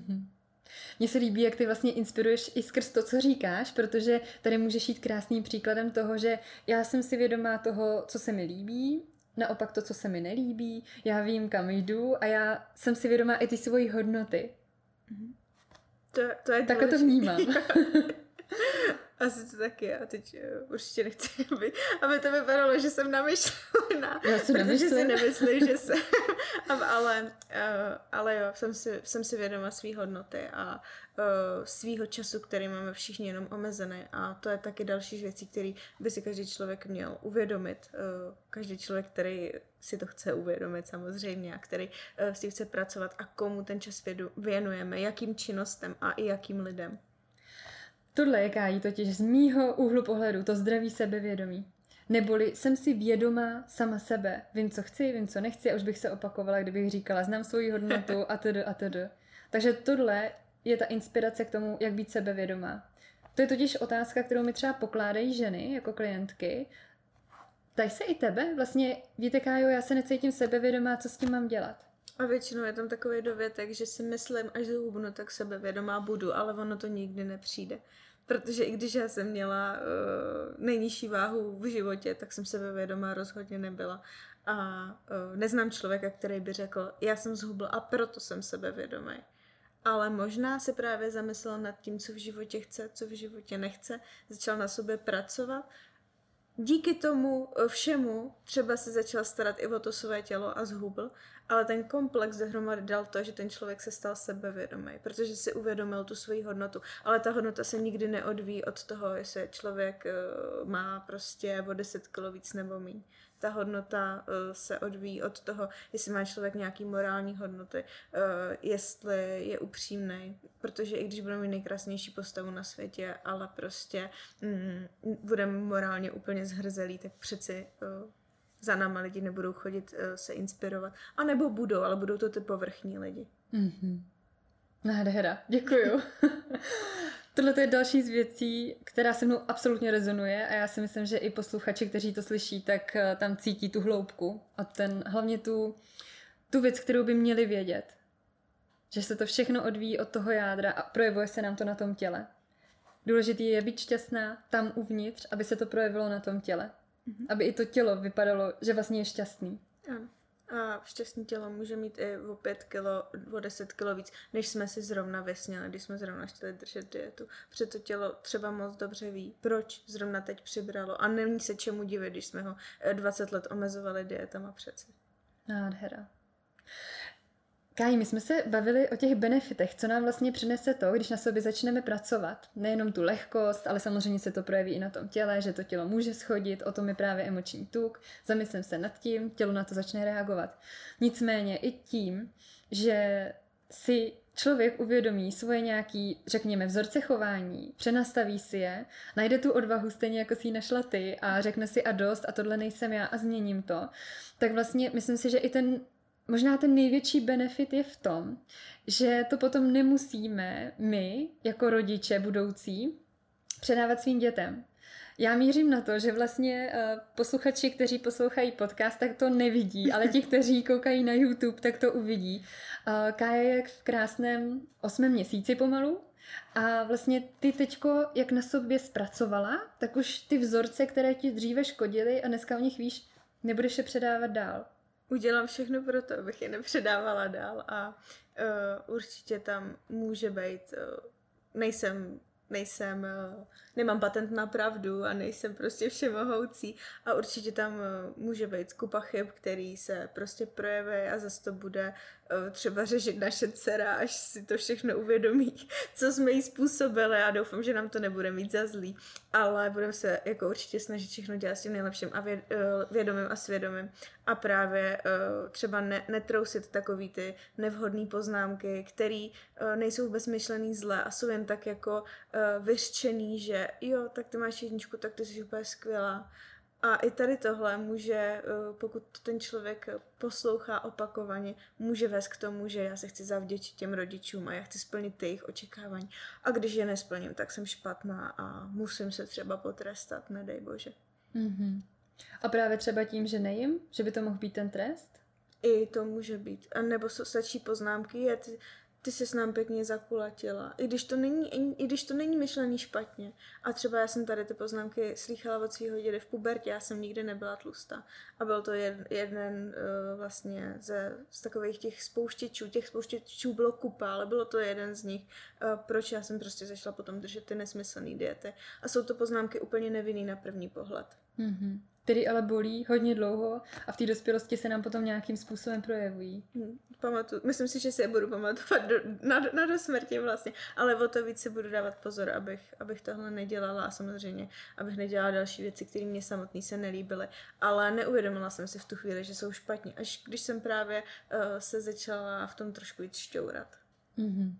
Mně se líbí, jak ty vlastně inspiruješ i skrz to, co říkáš, protože tady můžeš jít krásným příkladem toho, že já jsem si vědomá toho, co se mi líbí, naopak to, co se mi nelíbí, já vím, kam jdu a já jsem si vědomá i ty svojí hodnoty. To je takhle to vnímám. Asi to taky a teď určitě nechci, aby to vypadalo, že jsem namyšlená. Protože si nemyslím, že jsem. ale jo, jsem si vědoma svý hodnoty a svýho času, který máme všichni jenom omezený. A to je taky další věcí, který by si každý člověk měl uvědomit. Každý člověk, který si to chce uvědomit samozřejmě a který s tím chce pracovat a komu ten čas věnujeme, jakým činnostem a i jakým lidem. Tohle je, Káji, totiž z mýho úhlu pohledu to zdraví sebevědomí. Neboli jsem si vědomá sama sebe. Vím, co chci, vím, co nechci a už bych se opakovala, kdybych říkala, znám svoji hodnotu a td. Takže tohle je ta inspirace k tomu, jak být sebevědomá. To je totiž otázka, kterou mi třeba pokládají ženy jako klientky. Ptají se i tebe? Vlastně, víte, Kájo, já se necítím sebevědomá, co s tím mám dělat? A většinou je tam takový dovětek, že si myslím, až zhubnu, tak sebevědomá budu, ale ono to nikdy nepřijde. Protože i když já jsem měla nejnižší váhu v životě, tak jsem sebevědomá rozhodně nebyla. A neznám člověka, který by řekl, já jsem zhubl a proto jsem sebevědomý. Ale možná se právě zamyslel nad tím, co v životě chce, co v životě nechce, začal na sobě pracovat. Díky tomu všemu třeba se začal starat i o to své tělo a zhubl, ale ten komplex dohromady dal to, že ten člověk se stal sebevědomý, protože si uvědomil tu svoji hodnotu. Ale ta hodnota se nikdy neodvíjí od toho, jestli člověk má prostě o 10 kilo víc nebo míň. Ta hodnota se odvíjí od toho, jestli má člověk nějaký morální hodnoty, jestli je upřímnej, protože i když budeme mít nejkrásnější postavu na světě, ale prostě budeme morálně úplně zhrzelí, tak přeci za náma lidi nebudou chodit se inspirovat. A nebo budou, ale budou to ty povrchní lidi. Nádhera, děkuju. Tohle je další z věcí, která se mnou absolutně rezonuje a já si myslím, že i posluchači, kteří to slyší, tak tam cítí tu hloubku a hlavně tu věc, kterou by měli vědět. Že se to všechno odvíjí od toho jádra a projevuje se nám to na tom těle. Důležitý je být šťastná tam uvnitř, aby se to projevilo na tom těle. Aby i to tělo vypadalo, že vlastně je šťastný. Ano. A šťastné tělo může mít i o 5 kilo, o 10 kilo víc, než jsme si zrovna vysněli, když jsme zrovna chtěli držet dietu. Protože to tělo třeba moc dobře ví, proč zrovna teď přibralo. A není se čemu divit, když jsme ho 20 let omezovali dietama přeci. Nádhera. Káji, my jsme se bavili o těch benefitech, co nám vlastně přinese to, když na sobě začneme pracovat. Nejenom tu lehkost, ale samozřejmě se to projeví i na tom těle, že to tělo může schodit, o tom je právě emoční tuk. Zamyslím se nad tím, tělo na to začne reagovat. Nicméně i tím, že si člověk uvědomí svoje nějaký, řekněme, vzorce chování, přenastaví si je, najde tu odvahu stejně jako si ji našla ty a řekne si a dost a tohle nejsem já a změním to, tak vlastně myslím si, že i možná ten největší benefit je v tom, že to potom nemusíme my, jako rodiče budoucí, předávat svým dětem. Já mířím na to, že vlastně posluchači, kteří poslouchají podcast, tak to nevidí, ale ti, kteří koukají na YouTube, tak to uvidí. Kája je v krásném 8. měsíci pomalu a vlastně ty teďko, jak na sobě zpracovala, tak už ty vzorce, které ti dříve škodily a dneska o nich víš, nebudeš je předávat dál. Udělám všechno pro to, abych je nepředávala dál a určitě tam může být, nemám patent na pravdu a nejsem prostě všemohoucí a určitě tam může být kupa chyb, který se prostě projeví a zase to bude třeba řešit naše dcera, až si to všechno uvědomí, co jsme jí způsobili a doufám, že nám to nebude mít za zlý, ale budeme se jako určitě snažit všechno dělat s tím nejlepším a vědomým a svědomím a právě třeba netrousit takový ty nevhodné poznámky, které nejsou vůbec myšlený zle a jsou jen tak jako vyřčený, že jo, tak ty máš 1, tak ty jsi úplně skvělá. A i tady tohle může, pokud ten člověk poslouchá opakovaně, může vést k tomu, že já se chci zavděčit těm rodičům a já chci splnit ty jejich očekávání. A když je nesplním, tak jsem špatná a musím se třeba potrestat, nedej bože. Mm-hmm. A právě třeba tím, že nejím, že by to mohl být ten trest? I to může být. A nebo stačí poznámky, ty ses nám pěkně zakulatila. I když to není myšlený špatně. A třeba já jsem tady ty poznámky slýchala od svého dědy v pubertě, já jsem nikdy nebyla tlustá. A byl to jeden vlastně z takových těch spouštěčů bylo kupa, ale bylo to jeden z nich, proč já jsem prostě začala potom držet ty nesmyslné diety. A jsou to poznámky úplně nevinný na první pohled. Mm-hmm. Který ale bolí hodně dlouho a v té dospělosti se nám potom nějakým způsobem projevují. Myslím si, že si je budu pamatovat do smrti vlastně, ale o to víc si budu dávat pozor, abych tohle nedělala a samozřejmě, abych nedělala další věci, které mě samotný se nelíbily, ale neuvědomila jsem si v tu chvíli, že jsou špatně, až když jsem právě se začala v tom trošku víc šťourat. Mm-hmm.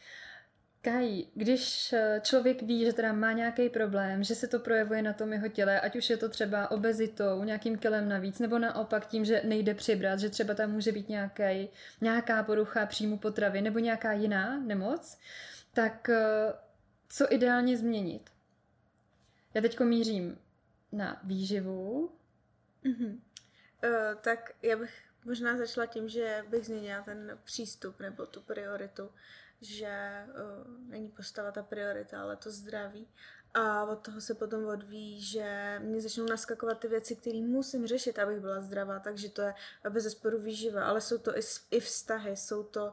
Káji, když člověk ví, že teda má nějaký problém, že se to projevuje na tom jeho těle, ať už je to třeba obezitou, nějakým kilem navíc, nebo naopak tím, že nejde přibrat, že třeba tam může být nějaká porucha příjmu potravy nebo nějaká jiná nemoc, tak co ideálně změnit? Já teďko mířím na výživu. Mm-hmm. Tak já bych možná začala tím, že bych změnila ten přístup nebo tu prioritu, že není postava ta priorita, ale to zdraví. A od toho se potom odvíjí, že mě začnou naskakovat ty věci, které musím řešit, abych byla zdravá, takže to je bezesporu výživa, ale jsou to i vztahy, jsou to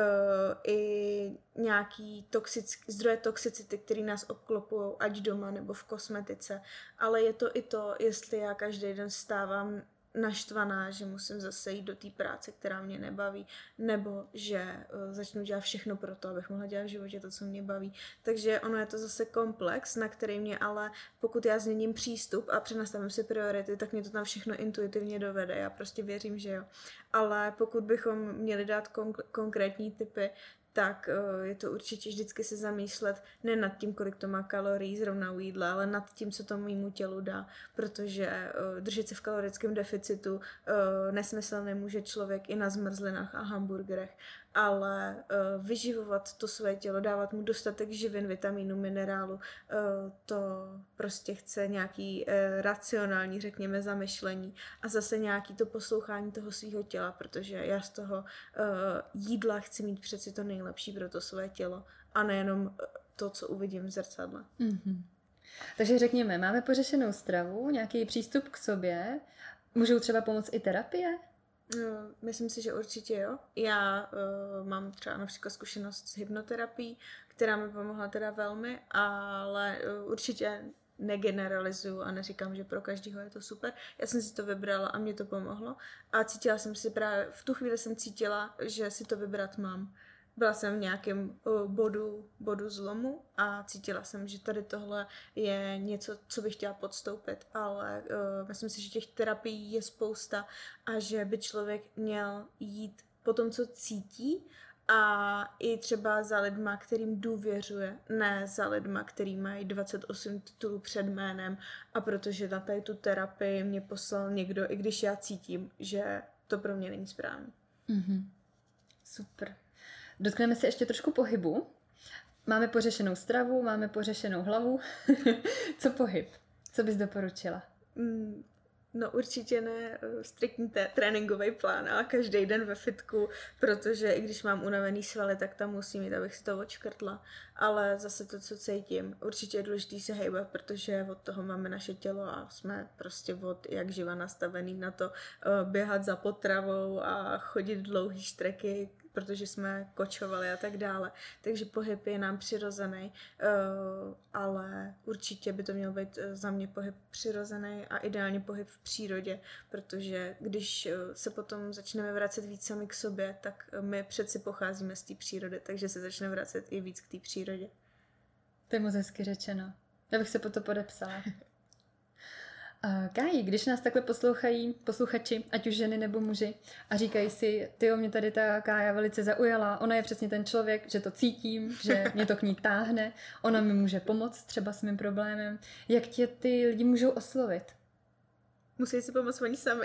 i nějaký zdroje toxicity, které nás obklopují, ať doma nebo v kosmetice, ale je to i to, jestli já každý den vstávám naštvaná, že musím zase jít do té práce, která mě nebaví, nebo že začnu dělat všechno pro to, abych mohla dělat v životě to, co mě baví. Takže ono je to zase komplex, na který mě ale, pokud já změním přístup a přenastavím si priority, tak mě to tam všechno intuitivně dovede. Já prostě věřím, že jo. Ale pokud bychom měli dát konkrétní tipy, tak je to určitě vždycky se zamýšlet ne nad tím, kolik to má kalorií zrovna u jídla, ale nad tím, co to mému tělu dá, protože držet se v kalorickém deficitu nesmyslně může člověk i na zmrzlinách a hamburgerech ale vyživovat to své tělo, dávat mu dostatek živin, vitamínů, minerálu, to prostě chce nějaký racionální, řekněme, zamyšlení a zase nějaký to poslouchání toho svého těla, protože já z toho jídla chci mít přeci to nejlepší pro to své tělo a nejenom to, co uvidím v zrcadle. Mm-hmm. Takže řekněme, máme pořešenou stravu, nějaký přístup k sobě, můžou třeba pomoct i terapie? Myslím si, že určitě jo. Já mám třeba například zkušenost s hypnoterapií, která mi pomohla teda velmi, ale určitě negeneralizuju a neříkám, že pro každého je to super. Já jsem si to vybrala a mě to pomohlo a cítila jsem si právě, v tu chvíli jsem cítila, že si to vybrat mám. Byla jsem v nějakém bodu zlomu a cítila jsem, že tady tohle je něco, co bych chtěla podstoupit, ale myslím si, že těch terapií je spousta a že by člověk měl jít po tom, co cítí a i třeba za lidma, kterým důvěřuje, ne za lidma, který mají 28 titulů před jménem a protože na tady tu terapii mě poslal někdo, i když já cítím, že to pro mě není správně. Mm-hmm. Super. Dotkneme se ještě trošku pohybu. Máme pořešenou stravu, máme pořešenou hlavu. Co pohyb? Co bys doporučila? No určitě ne striktní tréninkový plán, ale každý den ve fitku, protože i když mám unavený svaly, tak tam musím jít, abych si to odškrtla. Ale zase to, co cítím, určitě je důležité se hejbat, protože od toho máme naše tělo a jsme prostě od jak živa nastavený na to běhat za potravou a chodit dlouhý štreky, protože jsme kočovali a tak dále. Takže pohyb je nám přirozený, ale určitě by to měl být za mě pohyb přirozený a ideálně pohyb v přírodě, protože když se potom začneme vracet víc sami k sobě, tak my přeci pocházíme z té přírody, takže se začneme vracet i víc k té přírodě. To je moc hezky řečeno. Já bych se po to podepsala. Káji, když nás takhle poslouchají posluchači, ať už ženy nebo muži, a říkají si, tyjo, mě tady ta Kája velice zaujala, ona je přesně ten člověk, že to cítím, že mě to k ní táhne, ona mi může pomoct třeba s mým problémem. Jak tě ty lidi můžou oslovit? Musí si pomoct oni sami.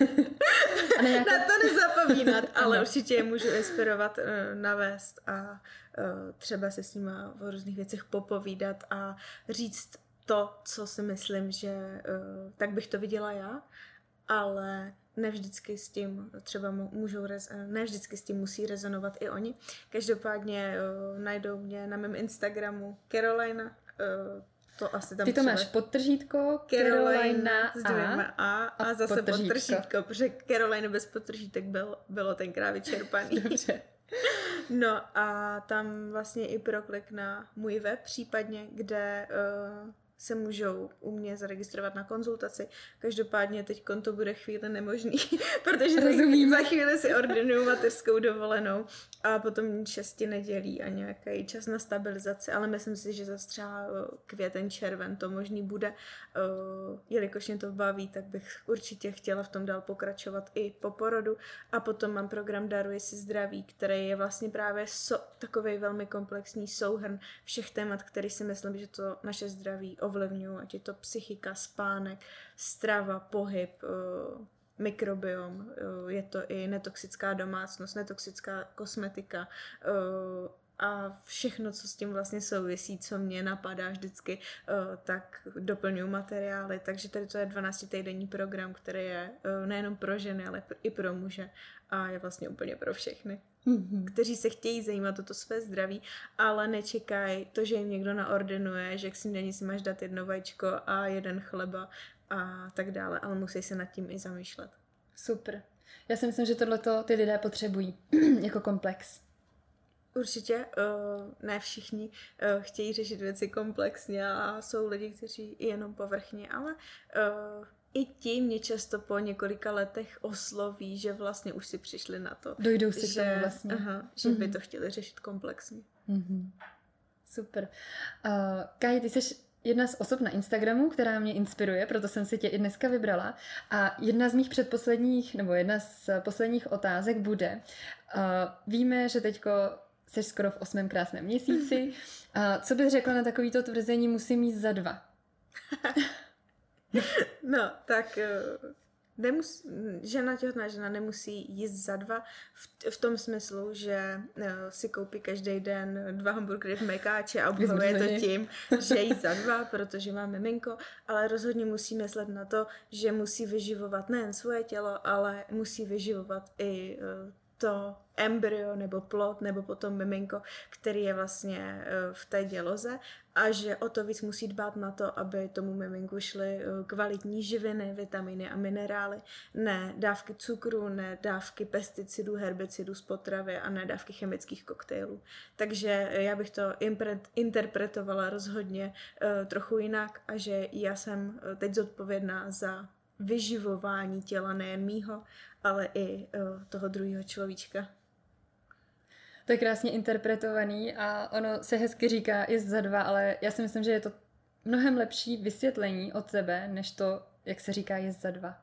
Na to nezapomínat, ale určitě je můžu inspirovat, navést a třeba se s nima o různých věcech popovídat a říct to, co si myslím, že tak bych to viděla já, ale ne vždycky s tím třeba ne vždycky s tím musí rezonovat i oni. Každopádně najdou mě na mém Instagramu Carolina, to asi tam ty to máš podtržítko, Carolina s dvěma a zase podtržítko, protože Carolina bez podtržítek bylo tenkrát vyčerpaný. Dobře. No a tam vlastně i proklik na můj web případně, kde se můžou u mě zaregistrovat na konzultaci. Každopádně teď to bude chvíli nemožný, protože za chvíli si ordinuju mateřskou dovolenou a potom 6 nedělí a nějaký čas na stabilizaci, ale myslím si, že zase třeba květen, červen to možný bude. Jelikož mě to baví, tak bych určitě chtěla v tom dál pokračovat i po porodu a potom mám program Daruj si zdraví, který je vlastně právě takovej velmi komplexní souhrn všech témat, který si myslím, že to naše zdraví ovlivňují, ať je to psychika, spánek, strava, pohyb, mikrobiom, je to i netoxická domácnost, netoxická kosmetika a všechno, co s tím vlastně souvisí, co mě napadá vždycky, tak doplňuji materiály. Takže tady to je 12týdenní program, který je nejenom pro ženy, ale i pro muže a je vlastně úplně pro všechny. Kteří se chtějí zajímat o to své zdraví, ale nečekají to, že jim někdo naordinuje, že k snídani si máš dát 1 vajíčko a 1 chleba a tak dále, ale musí se nad tím i zamýšlet. Super. Já si myslím, že tohleto ty lidé potřebují jako komplex. Určitě ne všichni chtějí řešit věci komplexně a jsou lidi, kteří jenom povrchně, ale i ti mě často po několika letech osloví, že vlastně už si přišli na to. Dojdou si k tomu vlastně. Že by to chtěli řešit komplexně. Super. Káji, ty jsi jedna z osob na Instagramu, která mě inspiruje, proto jsem si tě i dneska vybrala. A jedna z mých jedna z posledních otázek bude, víme, že teďko jsi skoro v 8. krásném měsíci. Co bys řekla na takovýto tvrzení musím mít za 2? No, tak žena, těhotná žena nemusí jíst za 2 v tom smyslu, že si koupí každý den 2 hamburgery v Mekáči a obhajuje to tím, že jí za 2, protože má miminko, ale rozhodně musí myslet na to, že musí vyživovat nejen svoje tělo, ale musí vyživovat i to embryo nebo plod nebo potom miminko, který je vlastně v té děloze a že o to víc musí dbát na to, aby tomu miminku šly kvalitní živiny, vitaminy a minerály, ne dávky cukru, ne dávky pesticidů, herbicidů z potravy a ne dávky chemických koktejlů. Takže já bych to interpretovala rozhodně trochu jinak a že já jsem teď zodpovědná za vyživování těla nejen mýho, ale i toho druhého človíčka. To je krásně interpretovaný a ono se hezky říká jíst za 2, ale já si myslím, že je to mnohem lepší vysvětlení od tebe, než to, jak se říká jíst za 2.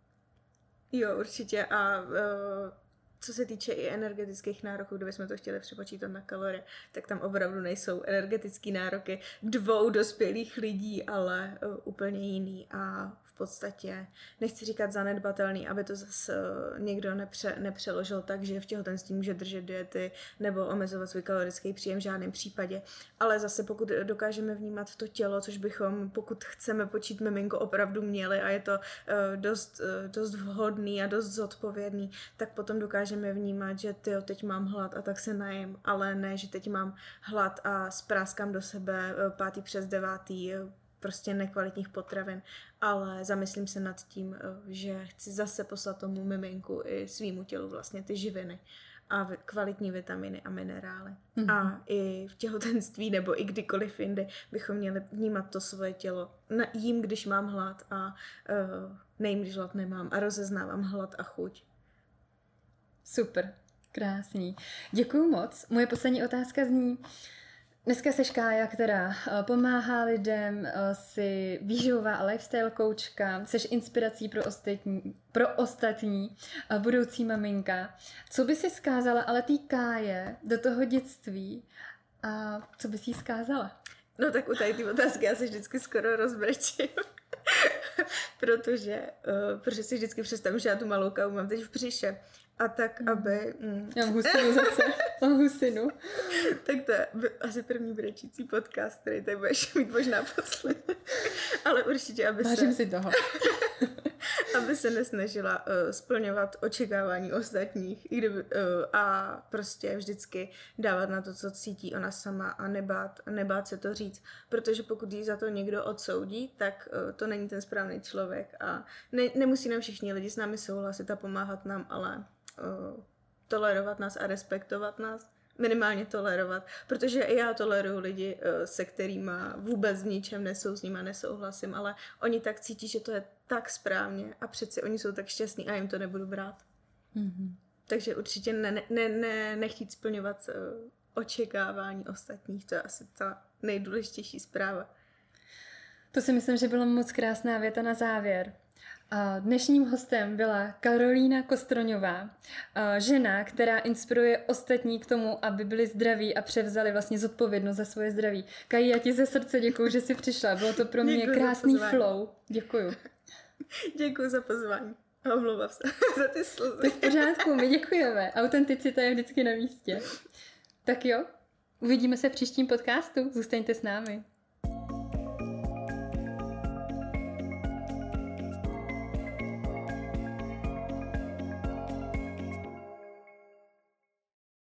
Jo, určitě a co se týče i energetických nároků, kdybychom to chtěli přepočítat na kalorie, tak tam opravdu nejsou energetické nároky 2 dospělých lidí, ale úplně jiný a v podstatě, nechci říkat zanedbatelný, aby to zase někdo nepřeložil tak, že v těhotenství může držet diety nebo omezovat svůj kalorický příjem v žádném případě. Ale zase pokud dokážeme vnímat to tělo, což bychom, pokud chceme počít miminko, opravdu měli a je to dost vhodný a dost zodpovědný, tak potom dokážeme vnímat, že teď mám hlad a tak se najím, ale ne, že teď mám hlad a spráskám do sebe 5. přes 9. prostě nekvalitních potravin, ale zamyslím se nad tím, že chci zase poslat tomu miminku i svýmu tělu vlastně ty živiny a kvalitní vitaminy a minerály. Mm-hmm. A i v těhotenství nebo i kdykoliv jinde bychom měli vnímat to svoje tělo. Jím, když mám hlad a nejím, když hlad nemám a rozeznávám hlad a chuť. Super, krásný. Děkuju moc. Moje poslední otázka zní, dneska seš Kája, která pomáhá lidem, jsi výživová a lifestyle koučka, seš inspirací pro ostatní budoucí maminka. Co by si vzkázala ale té Káje do toho dětství a co by si jí vzkázala? No tak u tady ty otázky já se vždycky skoro rozbrečím. protože si vždycky představím, že já tu malou Káju mám teď v břiše. A tak, aby... Já mám husinu zase. Mám husinu. Tak to je asi první brečící podcast, který tady budeš mít možná poslední. Ale určitě, Vážím si toho. aby se nesnažila splňovat očekávání ostatních a prostě vždycky dávat na to, co cítí ona sama a nebát se to říct. Protože pokud jí za to někdo odsoudí, tak to není ten správný člověk a nemusí nám všichni lidi s námi souhlasit a pomáhat nám, ale tolerovat nás a respektovat nás, minimálně tolerovat, protože i já toleruju lidi, se kterými vůbec v ničem s nima nesouhlasím, ale oni tak cítí, že to je tak správně a přeci oni jsou tak šťastní a jim to nebudu brát. Mm-hmm. Takže určitě nechtít splňovat očekávání ostatních, to je asi ta nejdůležitější zpráva. To si myslím, že byla moc krásná věta na závěr. Dnešním hostem byla Karolína Kostroňová, žena, která inspiruje ostatní k tomu, aby byli zdraví a převzali vlastně zodpovědnost za svoje zdraví. Kaji, já ti ze srdce děkuju, že jsi přišla. Bylo to pro mě krásný flow. Děkuju. Děkuju za pozvání. A omlouvám se za ty slzy. To je v pořádku, my děkujeme. Autenticita je vždycky na místě. Tak jo, uvidíme se v příštím podcastu. Zůstaňte s námi.